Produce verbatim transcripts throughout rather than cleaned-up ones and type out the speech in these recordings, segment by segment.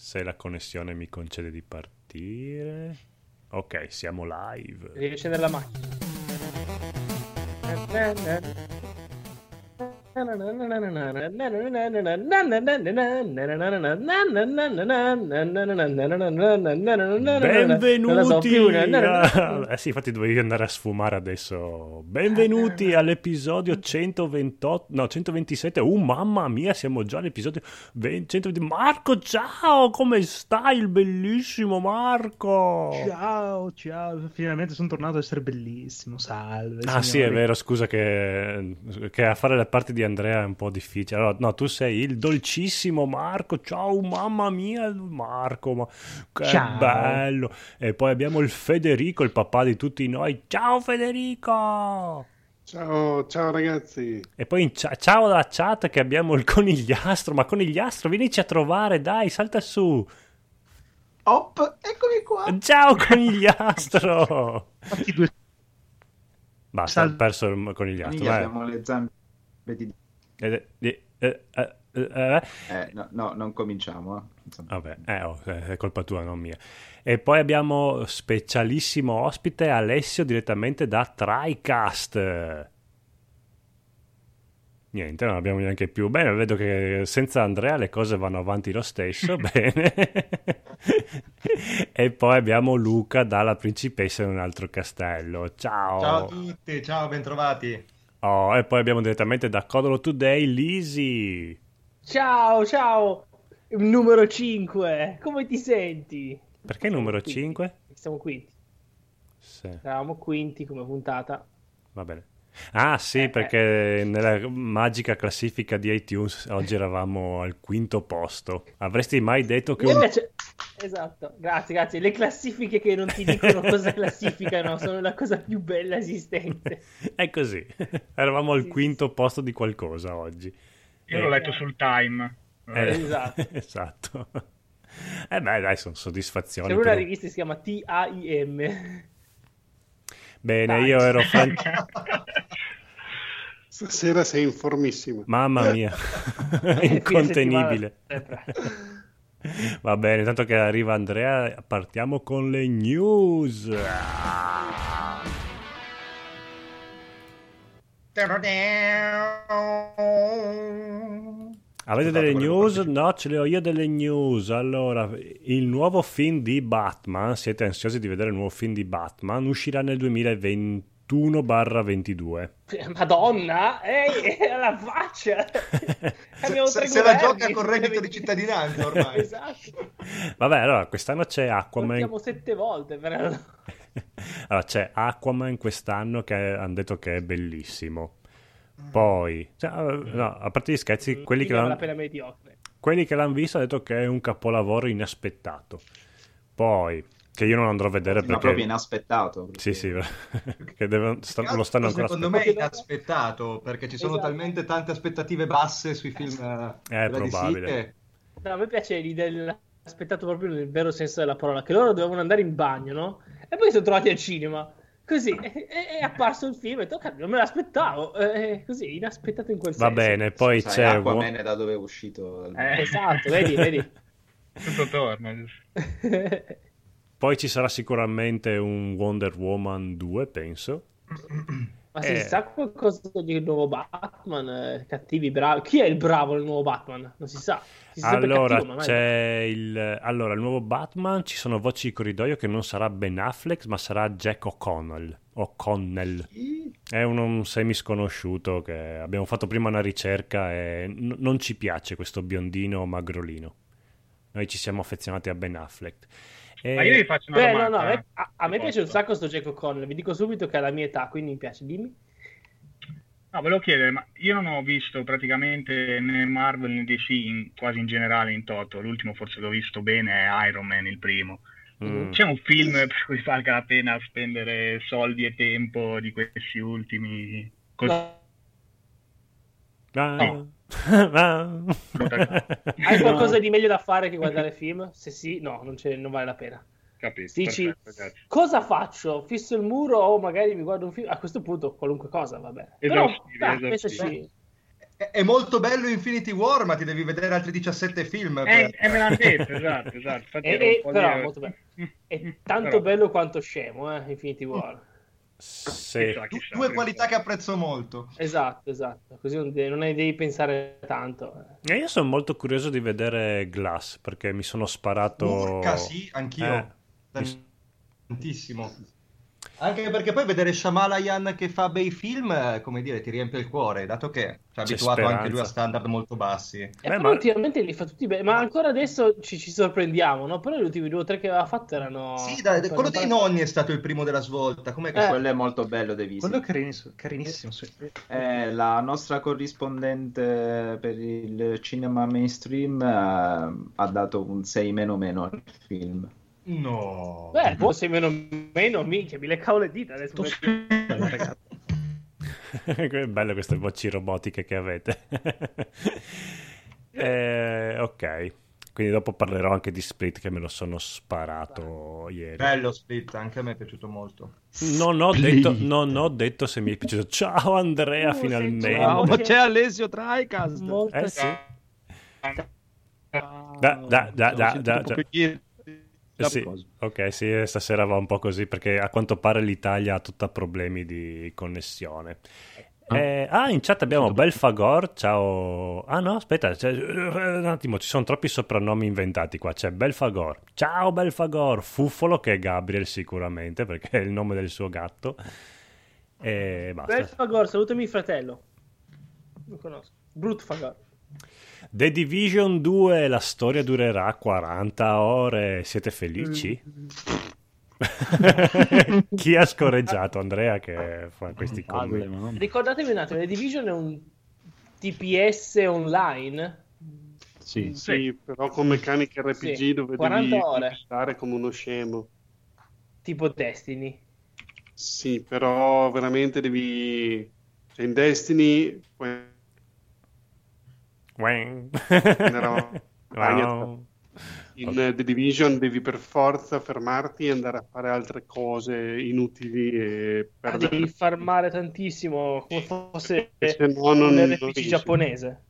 se la connessione mi concede di partire. Ok, siamo live. Devi accendere la macchina. Benvenuti. Eh sì, infatti dovevi andare a sfumare adesso. Benvenuti all'episodio centoventotto, no, centoventisette. Uh, mamma mia, siamo già all'episodio centoventi. Marco, ciao, come stai? Il bellissimo Marco. Ciao, ciao. Finalmente sono tornato ad essere bellissimo. Salve. Ah, signori. sì, è vero, scusa che, che a fare le parti di Andrea è un po' difficile. Allora, no, tu sei il dolcissimo Marco. Ciao, mamma mia, Marco, ma che Ciao. bello. E poi abbiamo il Federico, il papà di tutti noi. Ciao Federico. Ciao, ciao ragazzi. E poi in cia- ciao alla chat che abbiamo il conigliastro. Ma conigliastro, vienici a trovare, dai, salta su. Op, eccomi qua. Ciao conigliastro. Fatti due. Basta, ho Sal- perso il conigliastro. Quindi vai. abbiamo le zampe di... Eh, eh, eh, eh, eh, Eh, no, no, non cominciamo. Eh. Insomma. Vabbè, eh, oh, è colpa tua, non mia. E poi abbiamo specialissimo ospite Alessio direttamente da TriCast. Niente, non abbiamo neanche più. Bene, vedo che senza Andrea le cose vanno avanti lo stesso. Bene. E poi abbiamo Luca dalla Principessa in un altro castello. Ciao. Ciao a tutti, ciao, bentrovati. Oh, e poi abbiamo direttamente da Codolo Today Lisi. Ciao, ciao. Numero cinque. Come ti senti? Perché numero Quinti. cinque? Siamo quinti. Sì, Eravamo quinti come puntata. va bene. Ah sì, Eh, perché nella magica classifica di iTunes oggi eravamo al quinto posto. Avresti mai detto che Mi un... piace- Esatto, grazie, grazie. Le classifiche che non ti dicono cosa classificano sono la cosa più bella esistente. È così. Eravamo al Sì, quinto sì. posto di qualcosa oggi. Io l'ho letto sul Time. Eh, Esatto. esatto. Eh beh, dai, sono soddisfazioni. C'è una però. rivista che si chiama T A I M. Bene, Dai. io ero... Fran- Stasera sei in formissima. Mamma mia, incontenibile. Va bene, tanto che arriva Andrea, partiamo con le news. Avete delle news? No, ce le ho io delle news. Allora, il nuovo film di Batman, siete ansiosi di vedere il nuovo film di Batman, uscirà nel duemilaventuno ventidue. Madonna, ehi, alla faccia. Abbiamo Se, tre se la governi. gioca con reddito di cittadinanza ormai. Esatto. Vabbè, allora, quest'anno c'è Aquaman. Contiamo sette volte, però. Allora, c'è Aquaman quest'anno che hanno detto che è bellissimo. Poi, cioè, no, a parte gli scherzi, quelli che, Mica l'hanno, la pena mediocre. quelli che l'hanno visto hanno detto che è un capolavoro inaspettato. Poi, che io non andrò a vedere Ma perché... proprio inaspettato. perché- Sì, sì, che devono- sta- lo stanno ancora Secondo aspettando. me è inaspettato, perché ci sono Esatto. talmente tante aspettative basse sui film eh, della probabile. D C che... No, a me piace l'idea dell'aspettato proprio nel vero senso della parola, che loro dovevano andare in bagno, no? E poi si sono trovati al cinema. Così, e- e- è apparso il film e ho detto, "Cazzo, non me l'aspettavo." Eh, così, inaspettato in quel Va senso. bene, poi Sai, c'è... Aquaman è da dove è uscito. Eh, Esatto, vedi, vedi. tutto torna. giusto. Poi ci sarà sicuramente un Wonder Woman due, penso. Ma si Eh. sa qualcosa del nuovo Batman? Eh, cattivi, bravi. Chi è il bravo nel nuovo Batman? Non si sa. Si sa sempre Allora, cattivo, ma mai- c'è il... allora, il nuovo Batman, ci sono voci di corridoio che non sarà Ben Affleck, ma sarà Jack O'Connell. O'Connell. È un, un semisconosciuto che abbiamo fatto prima una ricerca e n- non ci piace questo biondino magrolino. Noi ci siamo affezionati a Ben Affleck. E- Ma io vi faccio una Beh, no, domanda. no, a me, eh. a- a me Se piace un posso. sacco sto Jack O'Connell. Vi dico subito che ha la mia età, quindi mi piace. Dimmi. No, volevo chiedere, ma io non ho visto praticamente né Marvel né D C, in- quasi in generale in toto. L'ultimo forse l'ho visto bene, è Iron Man, il primo. Mm. C'è un film per cui valga la pena spendere soldi e tempo di questi ultimi... cos- No. Ah. No. Ah. Hai qualcosa di meglio da fare che guardare film? Se sì, no, non, c'è- non vale la pena. Capito, Dici, perfetto, grazie. cosa faccio? Fisso il muro o magari mi guardo un film? A questo punto qualunque cosa va bene. Però, Esaustivi, dai, penso esaustivi. sì. È, è molto bello Infinity War, ma ti devi vedere altri diciassette film. Eh, per- eh, me l'hanno detto, esatto, esatto. Infatti E- ero un e- po' però lì- molto bello. È tanto Però- bello quanto scemo, eh, Infinity War. Sì. Chissà, Du- chissà, due prima o qualità poi. che apprezzo molto. Esatto, esatto. Così non, de- non ne devi pensare tanto. E io sono molto curioso di vedere Glass perché mi sono sparato. Urca, sì, anch'io. Eh, mi- Tantissimo. Anche perché poi vedere Shyamalan che fa bei film, eh, come dire, ti riempie il cuore, dato che è C'è abituato anche lui a speranza. standard molto bassi. E Beh, però ma- ultimamente li fa tutti bene. Ma ancora adesso ci, ci sorprendiamo, no? Però gli ultimi due o tre che aveva fatto erano... Sì, dai, per- quello per- dei nonni è stato il primo della svolta. Com'è che Eh. Quello è molto bello, De Visi. Quello è carinis- carinissimo, sì. Eh, la nostra corrispondente per il cinema mainstream eh, ha dato un sei meno meno al film. No. Beh, boh, se meno meno, minchia, mi leccavo le dita adesso. Ragazzi. È bello queste voci robotiche che avete. Eh, ok, quindi dopo parlerò anche di Split che me lo sono sparato ieri. Bello Split, anche a me è piaciuto molto. Non ho Split. detto, non ho detto se mi è piaciuto. Ciao Andrea, Oh, sì, finalmente. ciao. ma c'è Alessio Tricast. Molto Eh sì. Ah, Da, da, da, ho da, sentito da, proprio già. ieri la Sì, cosa. ok, sì, stasera va un po' così perché a quanto pare l'Italia ha tutta problemi di connessione. Eh, ah, in chat abbiamo Belfagor, ciao. Ah no, aspetta, c'è- un attimo, ci sono troppi soprannomi inventati qua. C'è Belfagor, ciao Belfagor, Fuffolo che è Gabriel sicuramente perché è il nome del suo gatto. E basta. Belfagor, salutami il fratello. Lo conosco. Brutfagor. The Division due, la storia durerà quaranta ore. Siete felici? Chi ha scorreggiato? Andrea che fa questi Palle, commenti. ma non- Ricordatevi un attimo, The Division è un T P S online? Sì, Sì, però con meccanica R P G Sì, dove quaranta devi ore. stare come uno scemo. Tipo Destiny. Sì, però veramente devi... Cioè in Destiny puoi Wang. andare avanti. Wow. In The Division devi per forza fermarti e andare a fare altre cose inutili e Ah, perdere. devi farmare tantissimo, come fosse E se no non- un non R P G riesci. giapponese.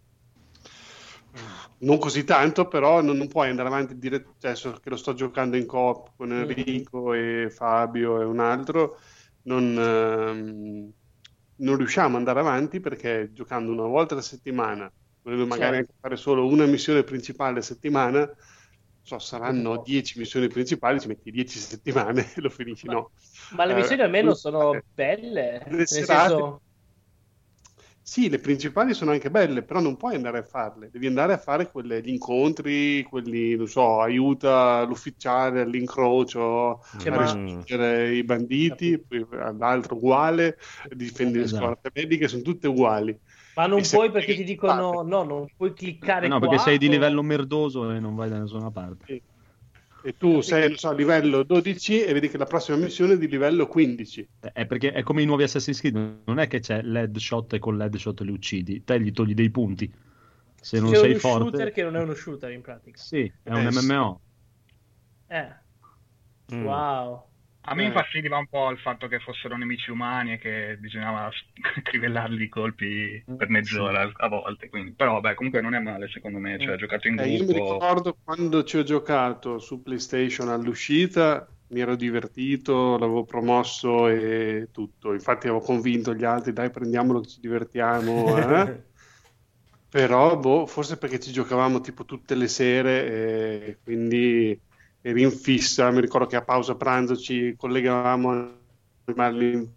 Non così tanto, però non, non puoi andare avanti diretto, cioè, so che lo sto giocando in coop con Enrico e Fabio e un altro, non, ehm, non riusciamo ad andare avanti perché giocando una volta alla settimana, volendo magari Certo. anche fare solo una missione principale a settimana, so, saranno Poco. dieci missioni principali, ci metti dieci settimane e lo finisci, Ma- no. Ma le Eh, missioni almeno sono eh, belle, le nel serate- senso... Sì, le principali sono anche belle, però non puoi andare a farle, devi andare a fare quelle, gli incontri, quelli, non so, aiuta l'ufficiale all'incrocio, Cioè, a ma- respingere i banditi, poi all'altro uguale, difendere le Esatto. scorte mediche, sono tutte uguali. Ma non E se- puoi perché ti dicono no, non puoi cliccare no, qua perché sei di o- livello merdoso e non vai da nessuna parte. E, e tu sei, non so, a livello dodici e vedi che la prossima missione è di livello quindici. È perché è come i nuovi Assassin's Creed, non è che c'è l'headshot e con l'headshot li uccidi, te gli togli dei punti. Se non C'è sei uno forte... shooter che non è uno shooter in pratica. Sì, è un Eh, sì. M M O. Eh, Mm. wow. A me Eh. infastidiva un po' il fatto che fossero nemici umani e che bisognava crivellarli i colpi per mezz'ora a volte. Quindi... Però, vabbè, comunque non è male secondo me. Cioè, giocato in Eh, io mi gruppo. ricordo quando ci ho giocato su PlayStation all'uscita, mi ero divertito, l'avevo promosso e tutto. Infatti avevo convinto gli altri, dai, prendiamolo che ci divertiamo. eh. Però, boh, forse perché ci giocavamo tipo tutte le sere e quindi eri in fissa. Mi ricordo che a pausa pranzo ci collegavamo a chiamarli.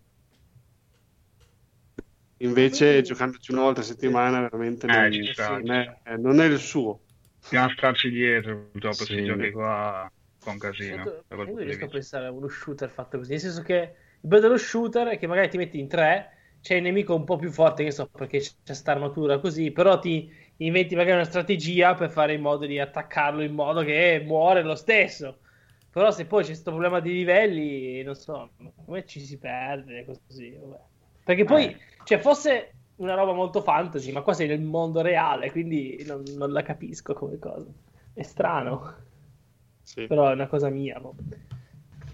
Invece, Quindi- giocandoci una volta a settimana, veramente Eh, non, ci sta, non ci è, eh, non è il suo. Dobbiamo starci dietro. Purtroppo Sì. questi giochi qua fa un casino. Io da quel non punto di riesco a vista. pensare a uno shooter fatto così. Nel senso che il bello dello shooter è che magari ti metti in tre, c'è il nemico un po' più forte, che so, perché c'è sta armatura così, però ti inventi magari una strategia per fare in modo di attaccarlo in modo che muore lo stesso. Però se poi c'è questo problema di livelli, non so, come ci si perde così, vabbè. Perché poi, Eh. cioè, fosse una roba molto fantasy, ma qua sei nel mondo reale, quindi non, non la capisco come cosa. È strano, Sì. però è una cosa mia. boh.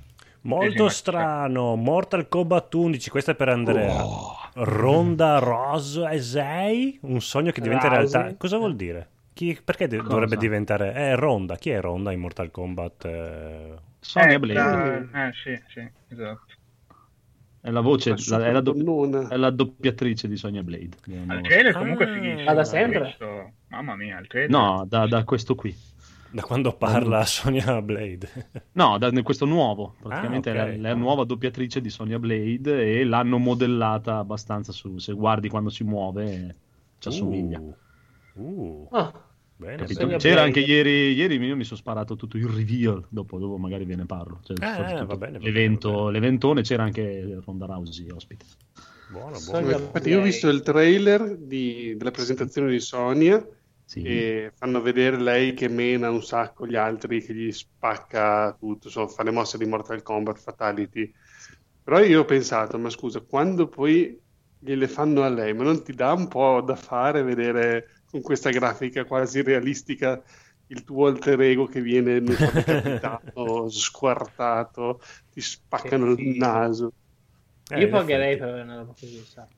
Molto strano. Mortal Kombat undici, questa è per Andrea. Oh. Ronda Rousey, un sogno che diventa Rousey. realtà. Cosa vuol dire? Chi, perché de- dovrebbe diventare? È Ronda. Chi è Ronda in Mortal Kombat? Eh... Sonya Eh, Blade. la- Eh, sì, sì, esatto. È la voce, Ma la- è, la do- donnona. è la doppiatrice di Sonya Blade. Il trailer comunque è Ah. fighissimo. Ma da sempre? Questo- Mamma mia, il trailer. No, da, da questo qui. Da quando parla Sonya Blade. No, da questo nuovo. Praticamente Ah, ok. è la, la nuova doppiatrice di Sonya Blade e l'hanno modellata abbastanza su. Se guardi quando si muove, ci assomiglia. Uh, uh, Ah, bene, Capito? Sonya bene. C'era Blade. anche ieri, ieri io mi sono sparato tutto il reveal, dopo, dopo magari ve ne parlo. Cioè, Eh, tutto- eh, tutto va bene, va l'evento, bene, va bene. l'eventone, c'era anche Ronda Rousey ospite. Buono, Sonya buono. Infatti io ho visto il trailer di- della presentazione di Sonya Sì. e fanno vedere lei che mena un sacco gli altri, che gli spacca tutto, insomma, fa le mosse di Mortal Kombat, Fatality. Però io ho pensato, ma scusa, quando poi gliele fanno a lei, ma non ti dà un po' da fare vedere con questa grafica quasi realistica il tuo alter ego che viene, non so, decapitato, squartato, ti spaccano Che il figo. naso. Eh, io in pagherei effetti. per avere una roba così, sai.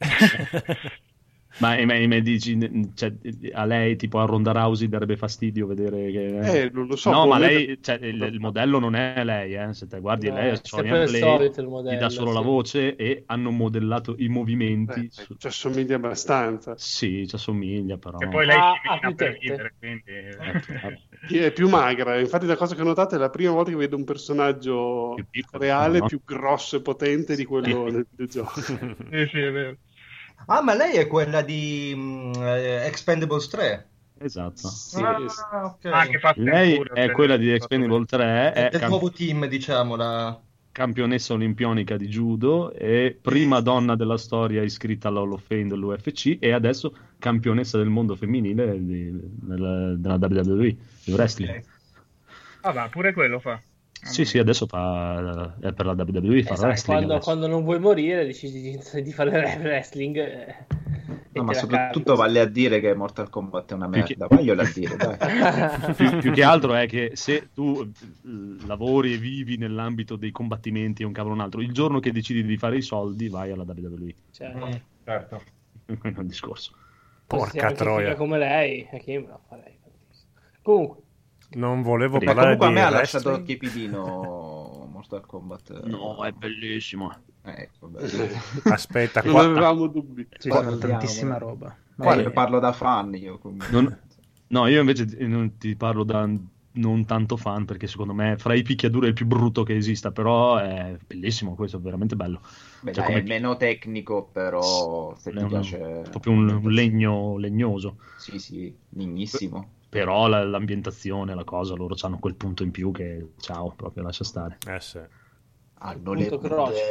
Ma e me, e me dici, cioè, a lei, tipo a Ronda Rousey, darebbe fastidio vedere che... Eh, non lo so. no, ma probabilmente- lei, cioè, il, il modello non è lei, eh. Se te guardi No, lei è è Sonya sempre il Blade, solito il gli modello, dà solo la sì. voce e hanno modellato i movimenti. Eh, su- ci assomiglia abbastanza. Sì, ci assomiglia però. E poi lei Ah, si ah, mena più per tette. ridere, quindi... Eh, vabbè. È più magra. Infatti, la cosa che ho notato è la prima volta che vedo un personaggio Più piccolo, reale no? più grosso e potente di quello del videogioco. Sì, sì, è vero. Ah, ma lei è quella di mm, eh, Expendables tre. Esatto. Sì, ah, sì. ok. Ah, che fa Lei pure, è cioè, quella di fatto Expendable tre, È è del cam- nuovo team, diciamo, la... campionessa olimpionica di judo e prima donna della storia iscritta all'Hall of Fame dell'U F C e adesso campionessa del mondo femminile di- nella, della W W E, del wrestling. Ok. Ah, va, pure quello fa. Sì, sì, adesso fa, è per la W W E, fa Eh, sai, wrestling quando, adesso. quando non vuoi morire decidi di, di fare wrestling eh, e No, ma te la soprattutto cavi. valle a dire che Mortal Kombat è una Più che- merda. Vaglielo a dire, dai. più, più che altro è che se tu eh, lavori e vivi nell'ambito dei combattimenti e un cavolo un altro, il giorno che decidi di fare i soldi vai alla W W E. Cioè, Mm, certo. Quello è il discorso. fossi Porca anche troia. figa come lei, e che io me la farei tantissimo. Comunque, Non volevo Beh, Beh, parlare comunque a di me ha wrestling. lasciato tiepidino Mortal Kombat. No, è bellissimo. Eh, vabbè. Aspetta, Non qua... avevamo dubbi. Ci Poi sono vediamo, tantissima eh. roba. Quale? Vai. Parlo da fan io. comunque. Non- No, io invece eh, non ti parlo da non tanto fan perché secondo me fra i picchiaduro è il più brutto che esista, però è bellissimo questo, è veramente bello. Beh, Cioè, dai, come- è meno tecnico, però se È ti un- piace... proprio un, un legno legnoso. Sì, sì, lignissimo. Però la- l'ambientazione, la cosa, loro hanno quel punto in più che ciao, proprio lascia stare. Eh sì. Hanno punto croce.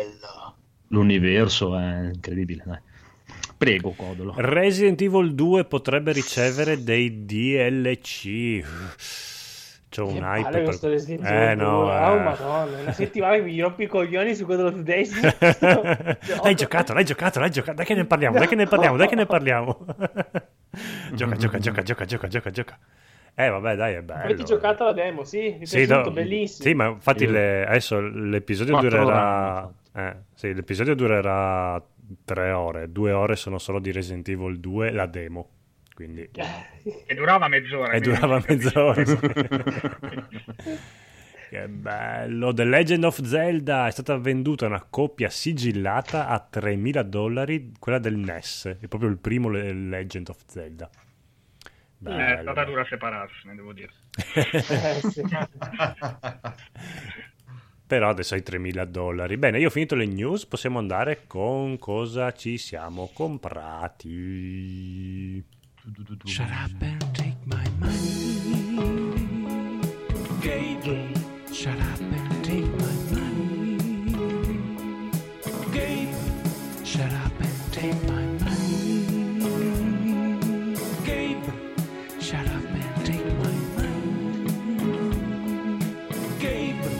L'universo è incredibile, dai. Prego, Codolo. Resident Evil due potrebbe ricevere dei D L C. C'ho un che hype palle per... questo Resident Eh Evil no, due. eh. Oh madonna, una settimana che mi rompi i coglioni su quello of Days. L'hai giocato, l'hai giocato, l'hai giocato. Dai che ne parliamo, dai che ne parliamo, dai che ne parliamo. Gioca, gioca, gioca, gioca, gioca, gioca, gioca. Eh vabbè, dai, è bello. Avete giocato la demo, sì? Mi è Sì, piaciuto, no, bellissimo. sì, ma infatti Io- le- adesso l'episodio Quattro durerà... ore, Eh, sì, l'episodio durerà tre ore. Due ore sono solo di Resident Evil due, la demo. Quindi... E durava mezz'ora. E quindi durava non si mezz'ora. capisce. Che bello! The Legend of Zelda è stata venduta una coppia sigillata a tremila dollari, quella del N E S. È proprio il primo le- Legend of Zelda. Eh, è Bello. stata dura separarsene, devo dire. Eh, sì. Però adesso hai tremila dollari. Bene, io ho finito le news, possiamo andare con cosa ci siamo comprati. Shut up and take my money. Gabe, shut up and take my money. Gabe, shut up and take my money. Gabe, shut up and take my money. Gabe.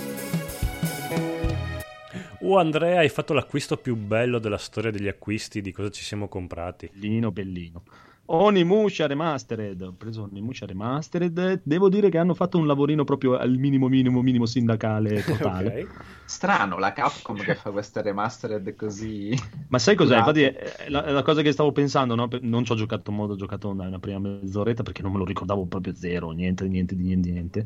Oh Andrea, hai fatto l'acquisto più bello della storia degli acquisti, di cosa ci siamo comprati? Bellino, bellino. Onimusha Remastered. Ho preso Onimusha Remastered. Devo dire che hanno fatto un lavorino proprio al minimo, minimo, minimo sindacale totale. Ok. Strano, la Capcom che fa queste remastered così. Ma sai cos'è? Scusate. Infatti, è la, la cosa che stavo pensando, no? Non ci ho giocato in modo, ho giocato una prima mezz'oretta perché non me lo ricordavo proprio zero, niente, niente, di niente, niente.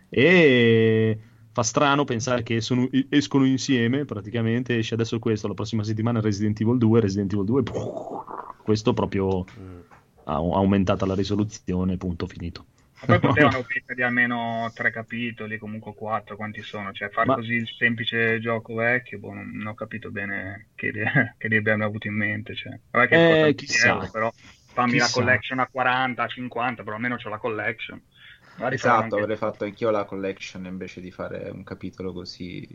E fa strano pensare che sono- escono insieme, praticamente esce adesso questo, la prossima settimana Resident Evil due, Resident Evil due, questo proprio Mm. ha aumentata la risoluzione, punto, finito. Ma poi potevano mettere almeno tre capitoli, comunque quattro, quanti sono? Cioè, far Ma- così il semplice gioco vecchio, boh, non, non ho capito bene che idea, che idea abbiamo avuto in mente. Cioè. Vabbè che Eh, costa venti chissà. euro, però fammi la Chissà. collection a quaranta, a cinquanta, però almeno c'ho la collection. Magari faranno Esatto, anche- avrei fatto anch'io la collection invece di fare un capitolo così.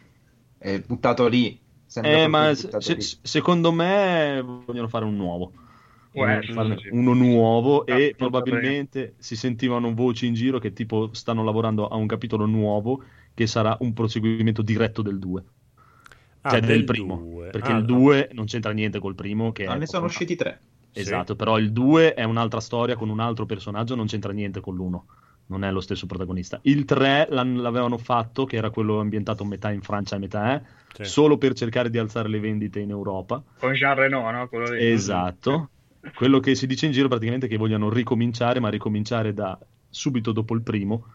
È buttato lì. Sembra Eh, proprio ma buttato se- lì. se- secondo me vogliono fare un nuovo. Può Vogliono essere, farne sì. uno nuovo Ah, e non probabilmente si sentivano voci in giro che tipo stanno lavorando a un capitolo nuovo che sarà un proseguimento diretto del due, Ah, cioè del del primo, due. perché Ah, il due non c'entra niente col primo che No, è ne sono proprio- usciti tre. Sì. Esatto, però il due è un'altra storia con un altro personaggio, non c'entra niente con l'uno, non è lo stesso protagonista. Il tre l'han- l'avevano fatto, che era quello ambientato metà in Francia e metà, eh, Sì. solo per cercare di alzare le vendite in Europa. Con Jean Reno, no? Quello lì. Esatto. Quello che si dice in giro praticamente è che vogliono ricominciare, ma ricominciare da subito dopo il primo.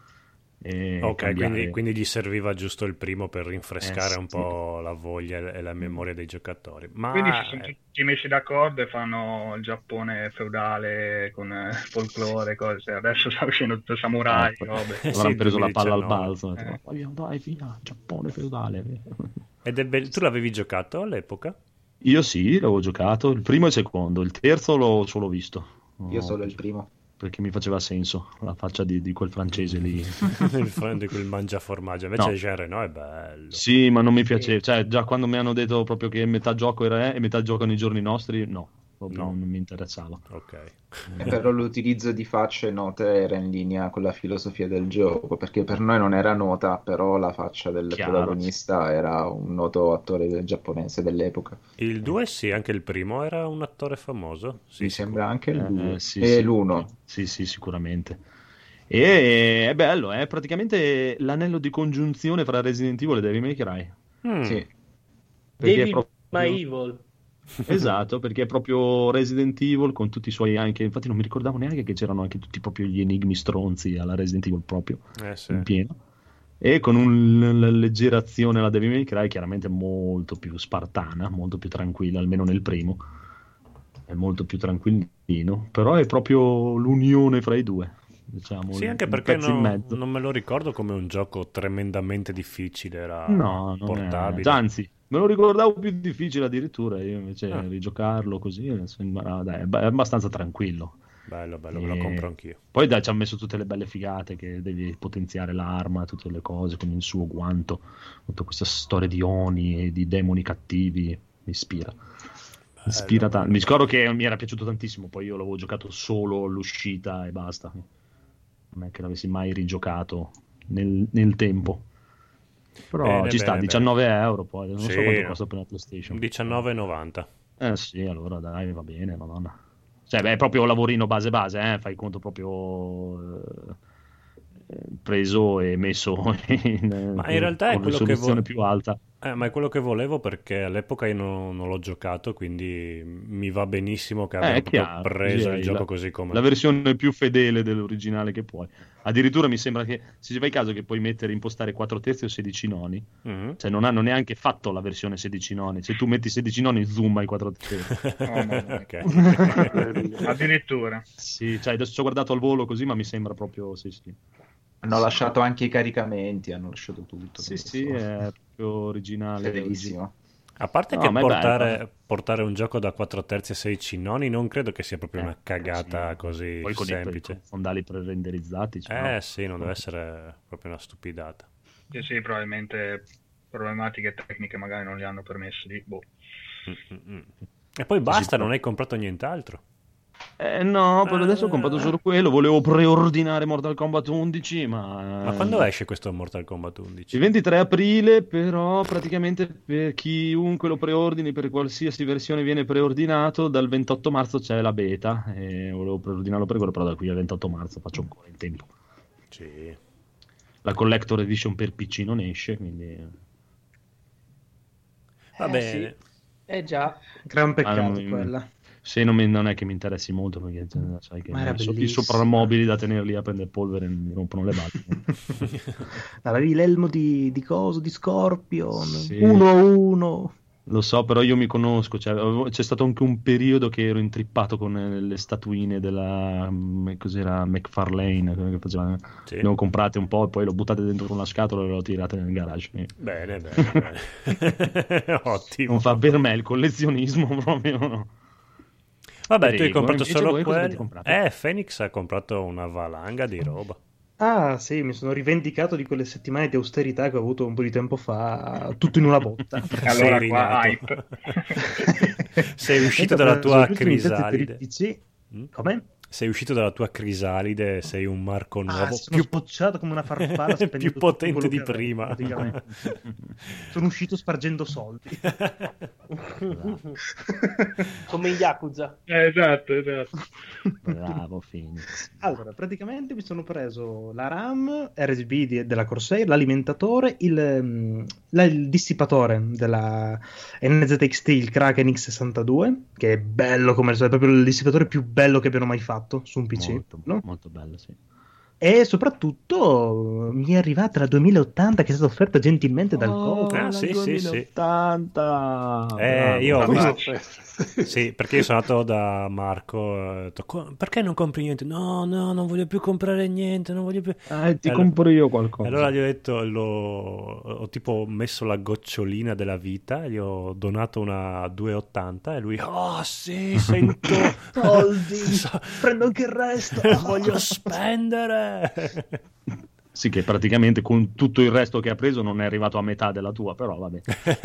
E Ok, cambiare. quindi, quindi gli serviva giusto il primo per rinfrescare Eh, un sì. po' la voglia e la memoria dei giocatori. Ma Quindi si sono tutti messi d'accordo e fanno il Giappone feudale con eh, folklore, cose. Adesso sta uscendo tutto samurai, Ecco. robe. Avranno Sì, preso la palla al duemiladiciannove. balzo. Eh. Vai via, dai, via, Giappone feudale. Ed è bell- tu l'avevi giocato all'epoca? Io sì, l'avevo giocato, il primo e il secondo, il terzo l'ho solo visto. Io No, solo il primo. perché mi faceva senso la faccia di, di quel francese lì. Il friend di quel mangiaformaggio. Invece No. Jean Reno è bello. Sì, ma non mi piaceva, cioè già quando mi hanno detto proprio che metà gioco era e metà gioco nei giorni nostri, no, proprio No. non mi interessava. Ok. E però l'utilizzo di facce note era in linea con la filosofia del gioco, perché per noi non era nota, però la faccia del Chiaro. protagonista era un noto attore del- giapponese dell'epoca. Il due sì, anche il primo era un attore famoso. Sì, Mi sicuro. sembra anche il Eh, due sì, e sì. l'uno. Sì, sì, sicuramente. E è bello, è praticamente l'anello di congiunzione fra Resident Evil e Devil May Cry. Mm. Sì. Perché è Devil proprio- My Evil. Esatto, perché è proprio Resident Evil con tutti i suoi anche, infatti non mi ricordavo neanche che c'erano anche tutti proprio gli enigmi stronzi alla Resident Evil proprio, Eh sì. in pieno. E con una leggera azione alla Devil May Cry, chiaramente molto più spartana, molto più tranquilla, almeno nel primo. È molto più tranquillino, però è proprio l'unione fra i due, diciamo. Sì, il- anche il perché pezzo in non, mezzo. non me lo ricordo come un gioco tremendamente difficile, era No, non è... portabile. Anzi, me lo ricordavo più difficile addirittura, io invece Ah. rigiocarlo così, eh, sembra- dai, è ba- è abbastanza tranquillo. Bello, bello, me lo E- compro anch'io. Poi dai, ci ha messo tutte le belle figate che devi potenziare l'arma, tutte le cose con il suo guanto, tutta questa storia di oni e di demoni cattivi, mi ispira. Mi ispira Bello, tanto. bello. Mi ricordo che mi era piaciuto tantissimo, poi io l'avevo giocato solo all'uscita e basta. Non è che l'avessi mai rigiocato nel, nel tempo. Però Bene, ci sta, bene, diciannove euro poi, non Sì, so quanto costa per la PlayStation. diciannove e novanta. Eh sì, allora dai, va bene, madonna. Cioè, beh, è proprio lavorino base base, eh? Fai conto proprio eh, eh, preso e messo in, Ma in realtà è con quello che risoluzione vo- più alta. Eh, ma è quello che volevo perché all'epoca io non, non l'ho giocato, quindi mi va benissimo che Eh, abbiano è proprio chiaro, preso direi, il gioco la- così come. La versione più fedele dell'originale che puoi. Addirittura mi sembra che, se ci fai caso, che puoi mettere, impostare quattro terzi o sedici noni, Mhm. cioè non hanno neanche fatto la versione sedici noni. Se tu metti sedici noni, zoom ai quattro terzi. Oh, mamma. Ok. Addirittura. Sì, cioè adesso ci ho guardato al volo così, ma mi sembra proprio, sì, sì. Hanno lasciato anche i caricamenti, hanno lasciato tutto. Sì, non lo sì, so. è proprio originale. Fedelissimo. A parte No, che ma è portare, bello. portare un gioco da quattro terzi a sedici noni non credo che sia proprio Eh, una cagata sì. così Poi con i- semplice. con i fondali pre-renderizzati. cioè, Eh no. sì, non deve essere proprio una stupidata. Sì, sì, probabilmente problematiche tecniche magari non li hanno permesso di... Boh. Mm, mm, mm. E poi basta, però- non hai comprato nient'altro. Eh no, per adesso ho comprato solo quello, volevo preordinare Mortal Kombat undici, ma... Ma quando esce questo Mortal Kombat undici? Il ventitré aprile, però praticamente per chiunque lo preordini, per qualsiasi versione viene preordinato, dal ventotto marzo c'è la beta, e volevo preordinarlo per quello, però da qui al ventotto marzo faccio ancora in tempo. Sì. La Collector Edition per P C non esce, quindi... Va Eh, bene. sì. Eh già. Gran Ah, peccato non, quella. se non, mi- non è che mi interessi molto, perché cioè, sai che Ma era i so- i bellissima. soprammobili da tenerli a prendere polvere mi rompono le balle. Avevi l'elmo di, di coso, di Scorpion, Sì. uno a uno. Lo so, però io mi conosco, cioè, avevo- c'è stato anche un periodo che ero intrippato con eh, le statuine della mm, cos'era McFarlane, quelle che faceva. Sì. Le ho comprate un po' e poi le ho buttate dentro una scatola e le ho tirate nel garage. E Bene, bene, bene. Ottimo. non fa per me il collezionismo proprio, no. Vabbè, tu hai Prego, comprato invece solo voi cosa avete quello. comprato? Eh, Phoenix ha comprato una valanga di roba. Ah sì, mi sono rivendicato di quelle settimane di austerità che ho avuto un po' di tempo fa, tutto in una botta. Allora Sei qua rinato. hype. Sei uscito Ho dalla preso tua tutti i miei pezzi per il crisalide. P C. Mm? Come? Sei uscito dalla tua crisalide, sei un Marco Ah, nuovo, sono più, spocciato come una farfalla più spendendo tutto potente quello di che avevo, prima. praticamente. Sono uscito spargendo soldi. Come in Yakuza. Eh, esatto, esatto. Bravo Phoenix. Allora, praticamente mi sono preso la RAM R G B di- della Corsair, l'alimentatore, il, mm, la- il dissipatore della N Z X T, il Kraken X sessantadue, che è bello come è proprio il dissipatore più bello che abbiano mai fatto su un P C. Molto, no? molto bello, sì. E soprattutto mi è arrivata la duemila ottanta che è stata offerta gentilmente dal Oh, Covo. Ah, la sì, sì, sì. duemilaottanta. Eh, Bravo. io ho Bravo. visto... Sì, perché io sono andato da Marco e ho detto, "Co- perché non compri niente? No, no, non voglio più comprare niente, non voglio più... Eh, ti E allora- compro io E qualcosa. allora gli ho detto, l'ho- ho tipo messo la gocciolina della vita, gli ho donato una due ottanta e lui, oh sì, sento... Soldi, So- prendo anche il resto. voglio spendere! Sì, che praticamente con tutto il resto che ha preso non è arrivato a metà della tua, però vabbè.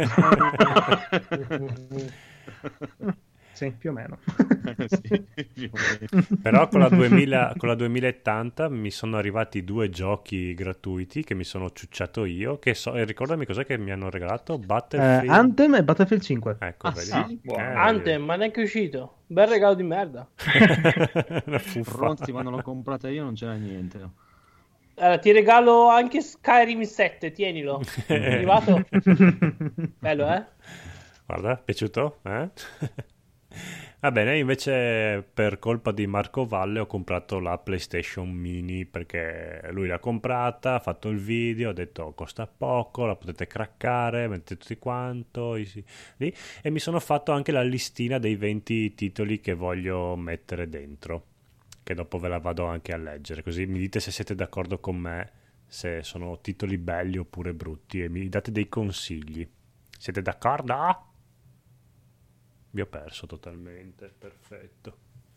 Sì, più o meno. Sì, più o meno. Però con la, duemila, con la duemilaottanta mi sono arrivati due giochi gratuiti che mi sono ciucciato io, che so, e ricordami cos'è che mi hanno regalato? Eh, Battlefield... Anthem e Battlefield cinque. Ecco, Ah, vedi? sì? Eh, Anthem, ma neanche uscito. Bel regalo di merda. Una fuffa. Ronzi, quando l'ho comprata io non c'era niente. Allora, ti regalo anche Skyrim sette, tienilo. È arrivato? Bello, eh? Guarda, piaciuto? Eh? Va bene, invece per colpa di Marco Valle ho comprato la PlayStation Mini perché lui l'ha comprata, ha fatto il video, ha detto costa poco, la potete craccare, mettete tutti quanto, i- sì, lì, e mi sono fatto anche la listina dei venti titoli che voglio mettere dentro, che dopo ve la vado anche a leggere, così mi dite se siete d'accordo con me, se sono titoli belli oppure brutti e mi date dei consigli. Siete d'accordo? Vi ho perso totalmente, perfetto.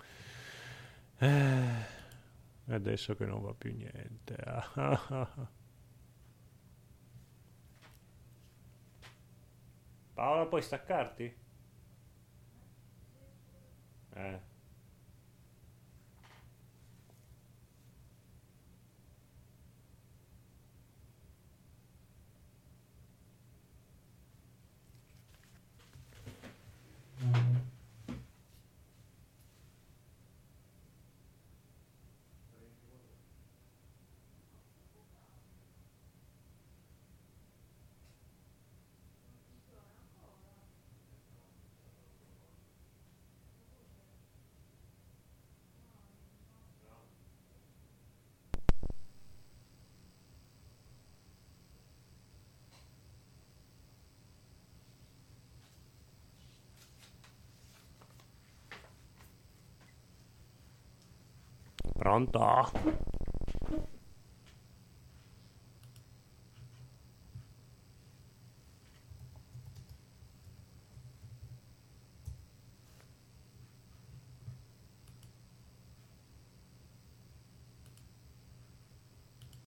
Eh, adesso che non va più niente. Paola, puoi staccarti? Eh. Pronto?